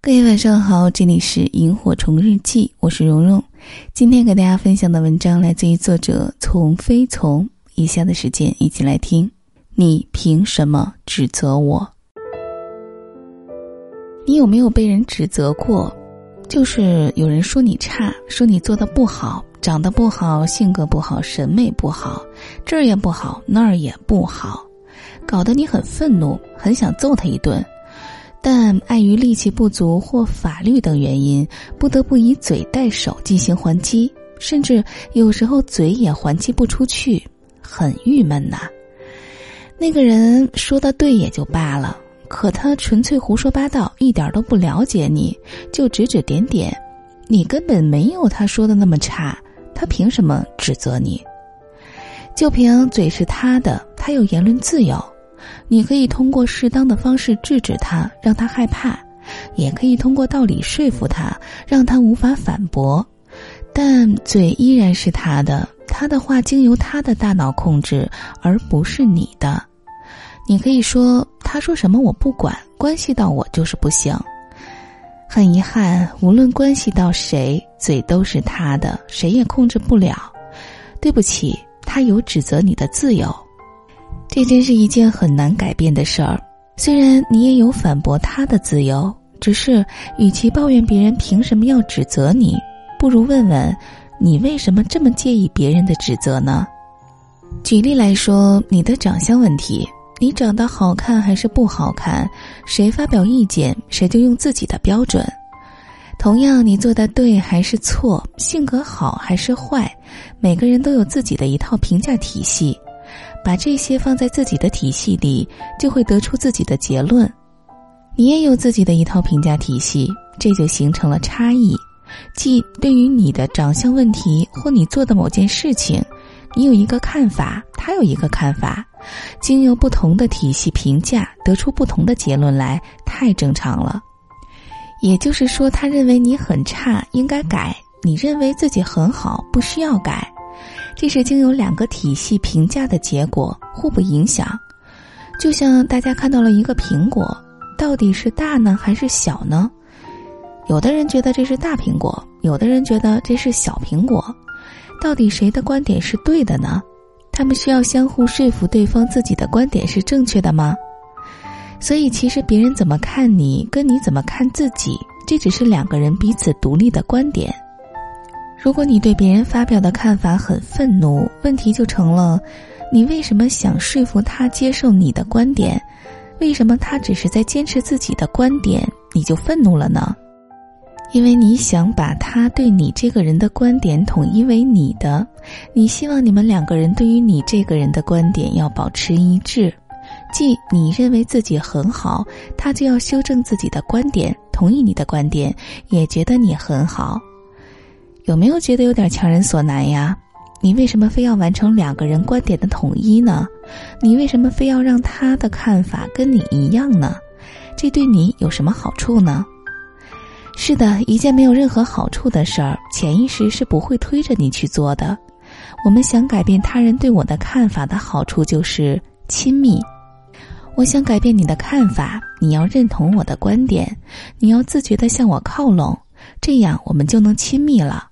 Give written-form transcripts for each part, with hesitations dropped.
各位晚上好，这里是萤火虫日记，我是蓉蓉。今天给大家分享的文章来自于作者从非从，以下的时间一起来听。你凭什么指责我？你有没有被人指责过？就是有人说你差，说你做得不好，长得不好，性格不好，审美不好，这儿也不好，那儿也不好，搞得你很愤怒，很想揍他一顿，但碍于力气不足或法律等原因，不得不以嘴代手进行还击，甚至有时候嘴也还击不出去，很郁闷呐。那个人说的对也就罢了，可他纯粹胡说八道，一点都不了解你，就指指点点，你根本没有他说的那么差，他凭什么指责你？就凭嘴是他的，他有言论自由，你可以通过适当的方式制止他，让他害怕，也可以通过道理说服他，让他无法反驳，但嘴依然是他的，他的话经由他的大脑控制，而不是你的。你可以说他说什么我不管，关系到我就是不行。很遗憾，无论关系到谁，嘴都是他的，谁也控制不了。对不起，他有指责你的自由。这真是一件很难改变的事儿。虽然你也有反驳他的自由，只是与其抱怨别人凭什么要指责你，不如问问你为什么这么介意别人的指责呢？举例来说，你的长相问题，你长得好看还是不好看，谁发表意见谁就用自己的标准。同样，你做的对还是错，性格好还是坏，每个人都有自己的一套评价体系，把这些放在自己的体系里，就会得出自己的结论。你也有自己的一套评价体系，这就形成了差异，即对于你的长相问题或你做的某件事情，你有一个看法，他有一个看法，经由不同的体系评价，得出不同的结论来，太正常了。也就是说，他认为你很差，应该改，你认为自己很好，不需要改。这是经由两个体系评价的结果，互不影响。就像大家看到了一个苹果，到底是大呢还是小呢？有的人觉得这是大苹果，有的人觉得这是小苹果，到底谁的观点是对的呢？他们需要相互说服对方自己的观点是正确的吗？所以其实别人怎么看你，跟你怎么看自己，这只是两个人彼此独立的观点。如果你对别人发表的看法很愤怒，问题就成了，你为什么想说服他接受你的观点？为什么他只是在坚持自己的观点，你就愤怒了呢？因为你想把他对你这个人的观点统一为你的，你希望你们两个人对于你这个人的观点要保持一致，即你认为自己很好，他就要修正自己的观点，同意你的观点，也觉得你很好。有没有觉得有点强人所难呀？你为什么非要完成两个人观点的统一呢？你为什么非要让他的看法跟你一样呢？这对你有什么好处呢？是的，一件没有任何好处的事儿，潜意识是不会推着你去做的。我们想改变他人对我的看法的好处就是亲密。我想改变你的看法，你要认同我的观点，你要自觉地向我靠拢，这样我们就能亲密了。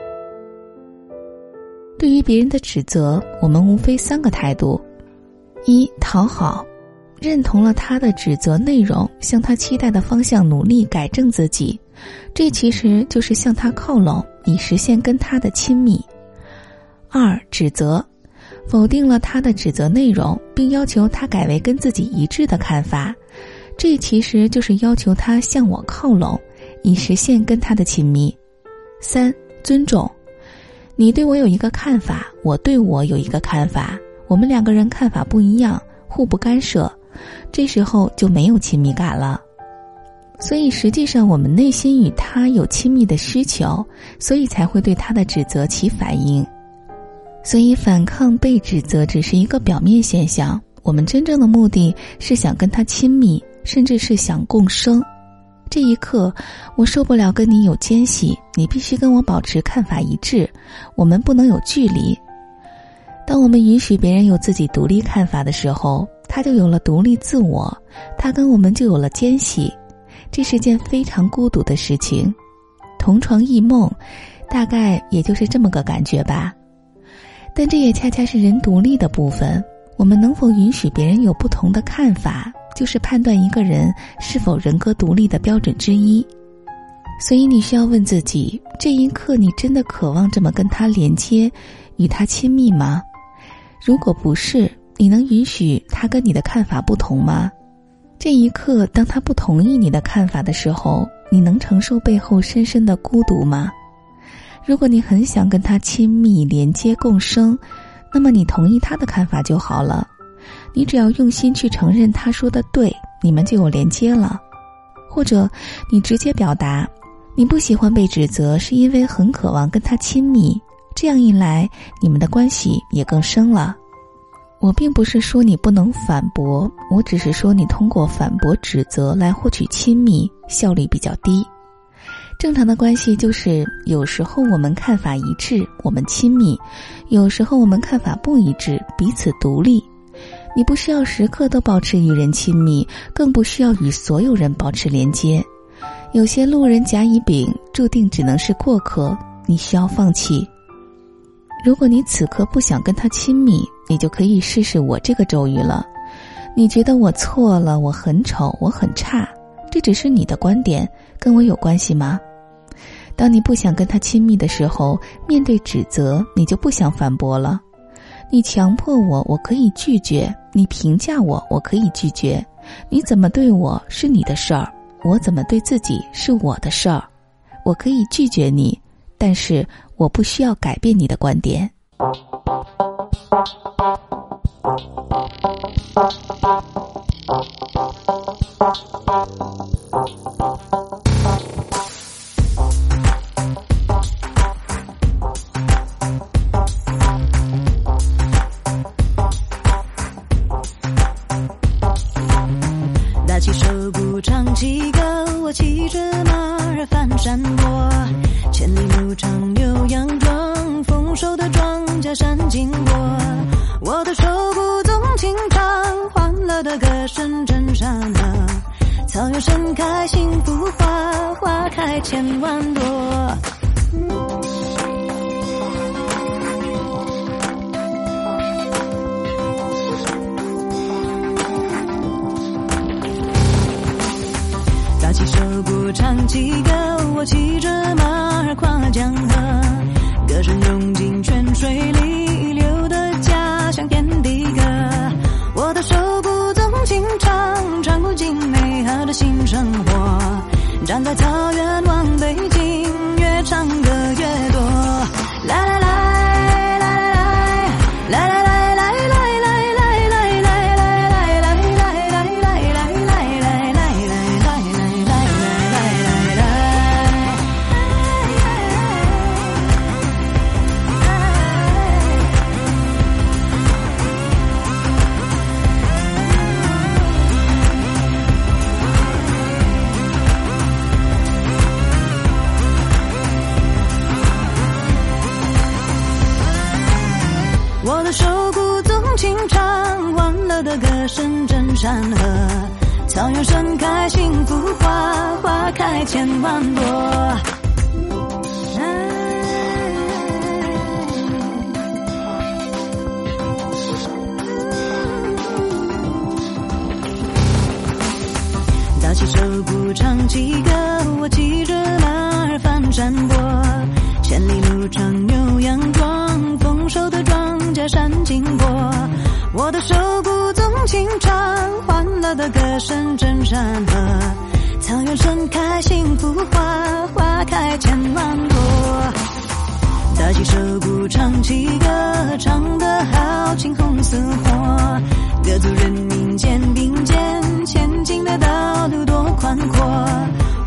对于别人的指责，我们无非三个态度：一、讨好，认同了他的指责内容，向他期待的方向努力改正自己，这其实就是向他靠拢，以实现跟他的亲密。二、指责，否定了他的指责内容，并要求他改为跟自己一致的看法，这其实就是要求他向我靠拢，以实现跟他的亲密。三、尊重，你对我有一个看法，我对我有一个看法，我们两个人看法不一样，互不干涉，这时候就没有亲密感了。所以实际上我们内心与他有亲密的需求，所以才会对他的指责起反应。所以反抗被指责只是一个表面现象，我们真正的目的是想跟他亲密，甚至是想共生。这一刻，我受不了跟你有间隙，你必须跟我保持看法一致，我们不能有距离。当我们允许别人有自己独立看法的时候，他就有了独立自我，他跟我们就有了间隙。 这是件非常孤独的事情。同床异梦，大概也就是这么个感觉吧。但这也恰恰是人独立的部分。我们能否允许别人有不同的看法，就是判断一个人是否人格独立的标准之一。所以你需要问自己，这一刻你真的渴望这么跟他连接，与他亲密吗？如果不是，你能允许他跟你的看法不同吗？这一刻，当他不同意你的看法的时候，你能承受背后深深的孤独吗？如果你很想跟他亲密、连接、共生，那么你同意他的看法就好了。你只要用心去承认他说的对，你们就有连接了。或者你直接表达，你不喜欢被指责，是因为很渴望跟他亲密，这样一来，你们的关系也更深了。我并不是说你不能反驳，我只是说你通过反驳指责来获取亲密，效率比较低。正常的关系就是有时候我们看法一致，我们亲密；有时候我们看法不一致，彼此独立。你不需要时刻都保持与人亲密，更不需要与所有人保持连接。有些路人甲乙丙注定只能是过客，你需要放弃。如果你此刻不想跟他亲密，你就可以试试我这个咒语了。你觉得我错了，我很丑，我很差，这只是你的观点，跟我有关系吗？当你不想跟他亲密的时候，面对指责，你就不想反驳了。你强迫我，我可以拒绝；你评价我，我可以拒绝。你怎么对我是你的事儿，我怎么对自己是我的事儿。我可以拒绝你，但是我不需要改变你的观点。 打起手鼓唱起歌，我骑着马儿翻山坡，千里牧场牛羊壮，丰收的庄稼山经过。我的手鼓纵情唱，欢乐的歌声震山河。草原盛开幸福花，花开千万朵。打起手鼓唱起歌，我骑着马儿跨江河，歌声涌进泉水里，流的家乡天地歌。我的手鼓纵情唱，唱不尽美好的新生活。站在草原望北京，越唱歌越多。来来来。我的手鼓纵情唱，欢乐的歌声震山河。草原盛开幸福花，花开千万朵。打起手鼓唱起歌，我骑着马儿翻山坡，千里牧场牛羊壮，丰收的庄稼山经过。我的手鼓纵情唱，欢乐的歌声震山河。草原盛开幸福花，花开千万朵。打起手鼓唱起歌，唱得好青红似火。各族人民肩并肩，前进的道路多宽阔。